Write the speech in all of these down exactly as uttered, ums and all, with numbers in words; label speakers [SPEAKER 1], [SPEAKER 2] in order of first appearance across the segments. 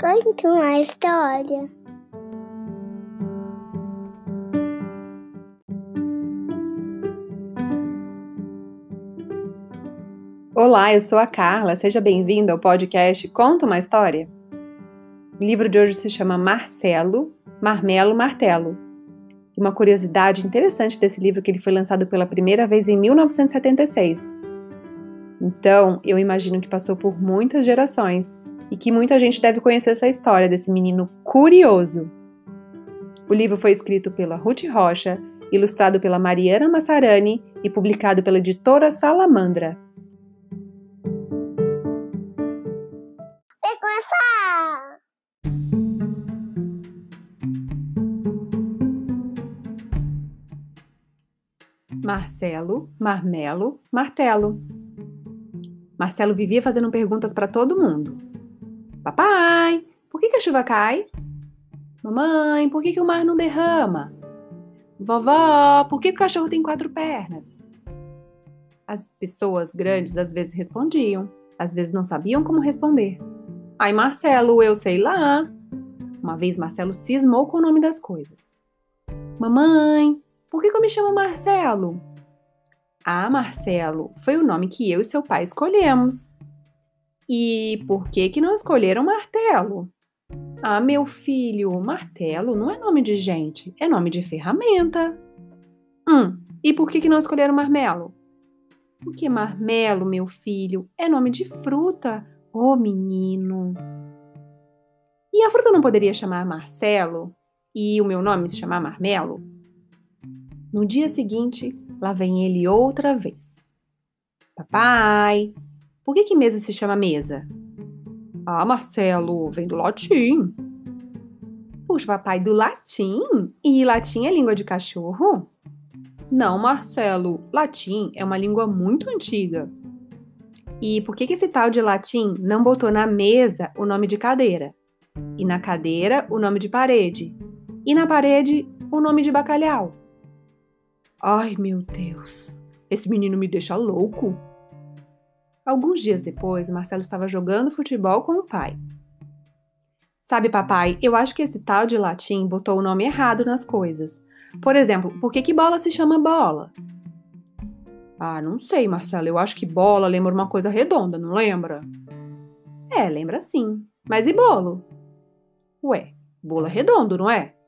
[SPEAKER 1] Conta uma história.
[SPEAKER 2] Olá, eu sou a Carla, seja bem-vindo ao podcast Conta uma História. O livro de hoje se chama Marcelo, Marmelo, Martelo. E uma curiosidade interessante desse livro é que ele foi lançado pela primeira vez em mil novecentos e setenta e seis. Então, eu imagino que passou por muitas gerações e que muita gente deve conhecer essa história desse menino curioso. O livro foi escrito pela Ruth Rocha, ilustrado pela Mariana Massarani e publicado pela editora Salamandra.
[SPEAKER 1] Vai começar!
[SPEAKER 2] Marcelo, Marmelo, Martelo. Marcelo vivia fazendo perguntas para todo mundo. Papai, por que, que a chuva cai? Mamãe, por que, que o mar não derrama? Vovó, por que, que o cachorro tem quatro pernas? As pessoas grandes às vezes respondiam, às vezes não sabiam como responder. Ai, Marcelo, eu sei lá. Uma vez Marcelo cismou com o nome das coisas. Mamãe, por que, que eu me chamo Marcelo? Ah, Marcelo, foi o nome que eu e seu pai escolhemos. E por que que não escolheram martelo? Ah, meu filho, martelo não é nome de gente, é nome de ferramenta. Hum, e por que que não escolheram marmelo? Porque marmelo, meu filho, é nome de fruta. Ô, oh, menino. E a fruta não poderia chamar Marcelo e o meu nome se chamar Marmelo? No dia seguinte, lá vem ele outra vez. Papai, por que que mesa se chama mesa? Ah, Marcelo, vem do latim. Puxa, papai, do latim? E latim é língua de cachorro? Não, Marcelo, latim é uma língua muito antiga. E por que que esse tal de latim não botou na mesa o nome de cadeira? E na cadeira o nome de parede? E na parede o nome de bacalhau? Ai, meu Deus, esse menino me deixa louco. Alguns dias depois, Marcelo estava jogando futebol com o pai. Sabe, papai, eu acho que esse tal de latim botou o nome errado nas coisas. Por exemplo, por que que bola se chama bola? Ah, não sei, Marcelo, eu acho que bola lembra uma coisa redonda, não lembra? É, lembra sim. Mas e bolo? Ué, bolo é redondo, não é?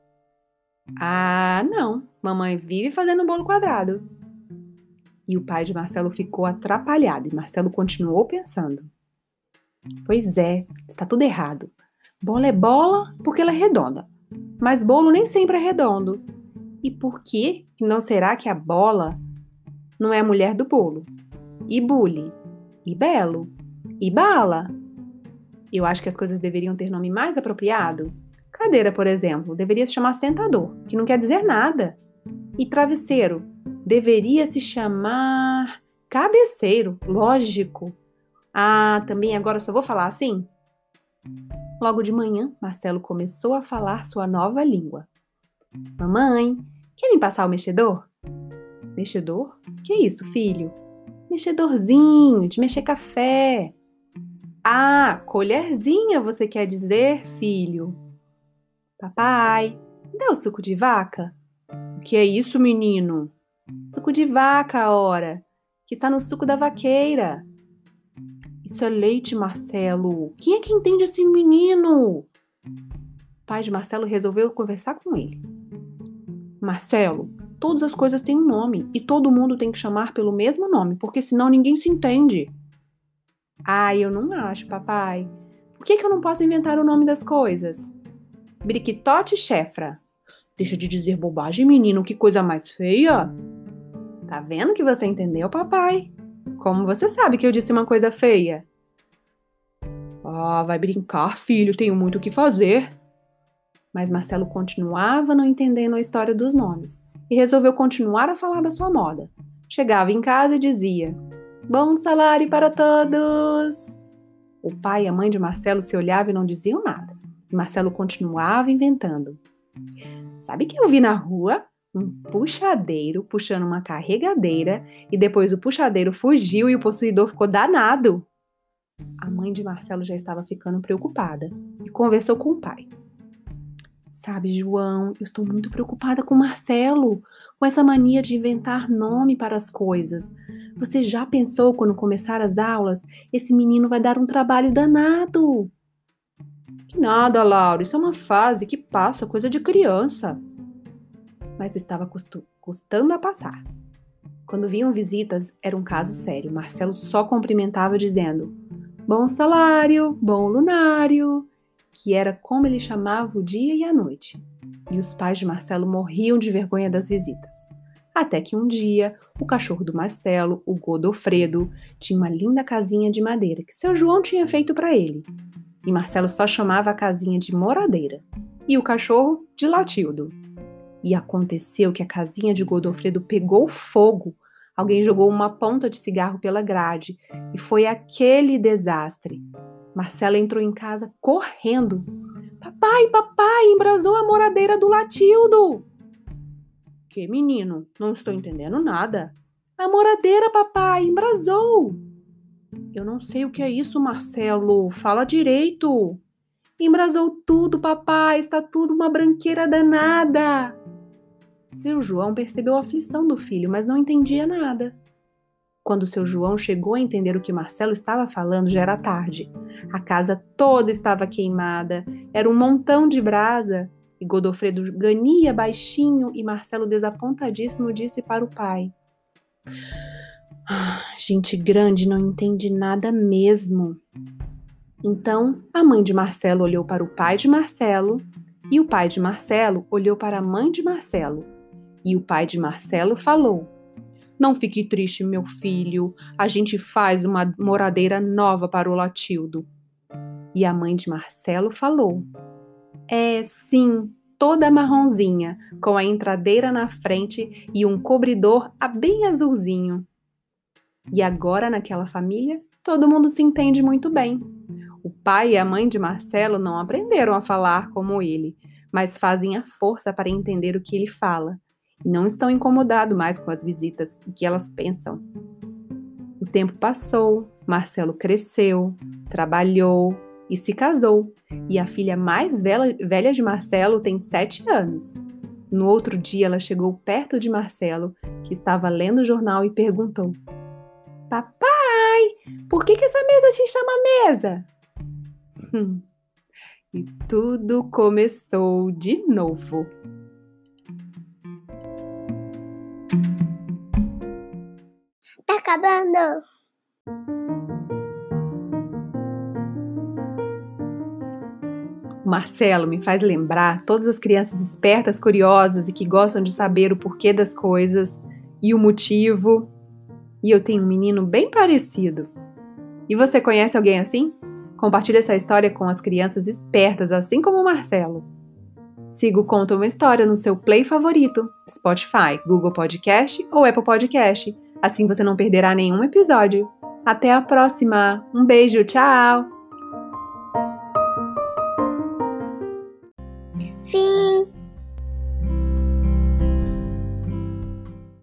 [SPEAKER 2] Ah, não. Mamãe vive fazendo bolo quadrado. E o pai de Marcelo ficou atrapalhado e Marcelo continuou pensando. Pois é, está tudo errado. Bola é bola porque ela é redonda, mas bolo nem sempre é redondo. E por que não será que a bola não é a mulher do bolo? E bule? E belo? E bala? Eu acho que as coisas deveriam ter nome mais apropriado. Cadeira, por exemplo, deveria se chamar sentador, que não quer dizer nada. E travesseiro deveria se chamar cabeceiro, lógico. Ah, também agora só vou falar assim? Logo de manhã, Marcelo começou a falar sua nova língua. Mamãe, quer me passar o mexedor? Mexedor? Que é isso, filho? Mexedorzinho, de mexer café. Ah, colherzinha você quer dizer, filho? Papai, me dá o suco de vaca? O que é isso, menino? Suco de vaca, ora, que está no suco da vaqueira. Isso é leite, Marcelo. Quem é que entende esse menino? O pai de Marcelo resolveu conversar com ele. Marcelo, todas as coisas têm um nome e todo mundo tem que chamar pelo mesmo nome, porque senão ninguém se entende. Ah, eu não acho, papai. Por que que eu não posso inventar o nome das coisas? Briquitote Chefra. Deixa de dizer bobagem, menino, que coisa mais feia. Tá vendo que você entendeu, papai? Como você sabe que eu disse uma coisa feia? Ah, vai brincar, filho, tenho muito o que fazer. Mas Marcelo continuava não entendendo a história dos nomes e resolveu continuar a falar da sua moda. Chegava em casa e dizia: bom salário para todos! O pai e a mãe de Marcelo se olhavam e não diziam nada. E Marcelo continuava inventando. Sabe que eu vi na rua? Um puxadeiro puxando uma carregadeira e depois o puxadeiro fugiu e o possuidor ficou danado. A mãe de Marcelo já estava ficando preocupada e conversou com o pai. Sabe, João, eu estou muito preocupada com Marcelo, com essa mania de inventar nome para as coisas. Você já pensou quando começar as aulas? Esse menino vai dar um trabalho danado. Que nada, Laura, isso é uma fase que passa, coisa de criança. Mas estava custo- custando a passar. Quando vinham visitas, era um caso sério. Marcelo só cumprimentava dizendo: bom salário, bom lunário, que era como ele chamava o dia e a noite. E os pais de Marcelo morriam de vergonha das visitas. Até que um dia, o cachorro do Marcelo, o Godofredo, tinha uma linda casinha de madeira que seu João tinha feito para ele. E Marcelo só chamava a casinha de moradeira e o cachorro de Latildo. E aconteceu que a casinha de Godofredo pegou fogo. Alguém jogou uma ponta de cigarro pela grade e foi aquele desastre. Marcelo entrou em casa correndo. Papai, papai, embrasou a moradeira do Latildo. Que menino? Não estou entendendo nada. A moradeira, papai, embrasou. Eu não sei o que é isso, Marcelo. Fala direito. Embrasou tudo, papai. Está tudo uma branqueira danada. Seu João percebeu a aflição do filho, mas não entendia nada. Quando seu João chegou a entender o que Marcelo estava falando, já era tarde. A casa toda estava queimada, era um montão de brasa, e Godofredo gania baixinho e Marcelo desapontadíssimo disse para o pai: ah, gente grande não entende nada mesmo. Então, a mãe de Marcelo olhou para o pai de Marcelo, e o pai de Marcelo olhou para a mãe de Marcelo. E o pai de Marcelo falou: não fique triste, meu filho, a gente faz uma moradeira nova para o Latildo. E a mãe de Marcelo falou: é, sim, toda marronzinha, com a entradeira na frente e um cobridor bem azulzinho. E agora, naquela família, todo mundo se entende muito bem. O pai e a mãe de Marcelo não aprenderam a falar como ele, mas fazem a força para entender o que ele fala. E não estão incomodados mais com as visitas, o que elas pensam. O tempo passou, Marcelo cresceu, trabalhou e se casou. E a filha mais velha, velha de Marcelo tem sete anos. No outro dia, ela chegou perto de Marcelo, que estava lendo o jornal, e perguntou: papai, por que, que essa mesa se chama mesa? Hum. E tudo começou de novo.
[SPEAKER 1] Tá acabando.
[SPEAKER 2] O Marcelo me faz lembrar todas as crianças espertas, curiosas e que gostam de saber o porquê das coisas e o motivo. E eu tenho um menino bem parecido. E você conhece alguém assim? Compartilhe essa história com as crianças espertas, assim como o Marcelo. Siga o Conta Uma História no seu play favorito, Spotify, Google Podcast ou Apple Podcast. Assim você não perderá nenhum episódio. Até a próxima! Um beijo, tchau!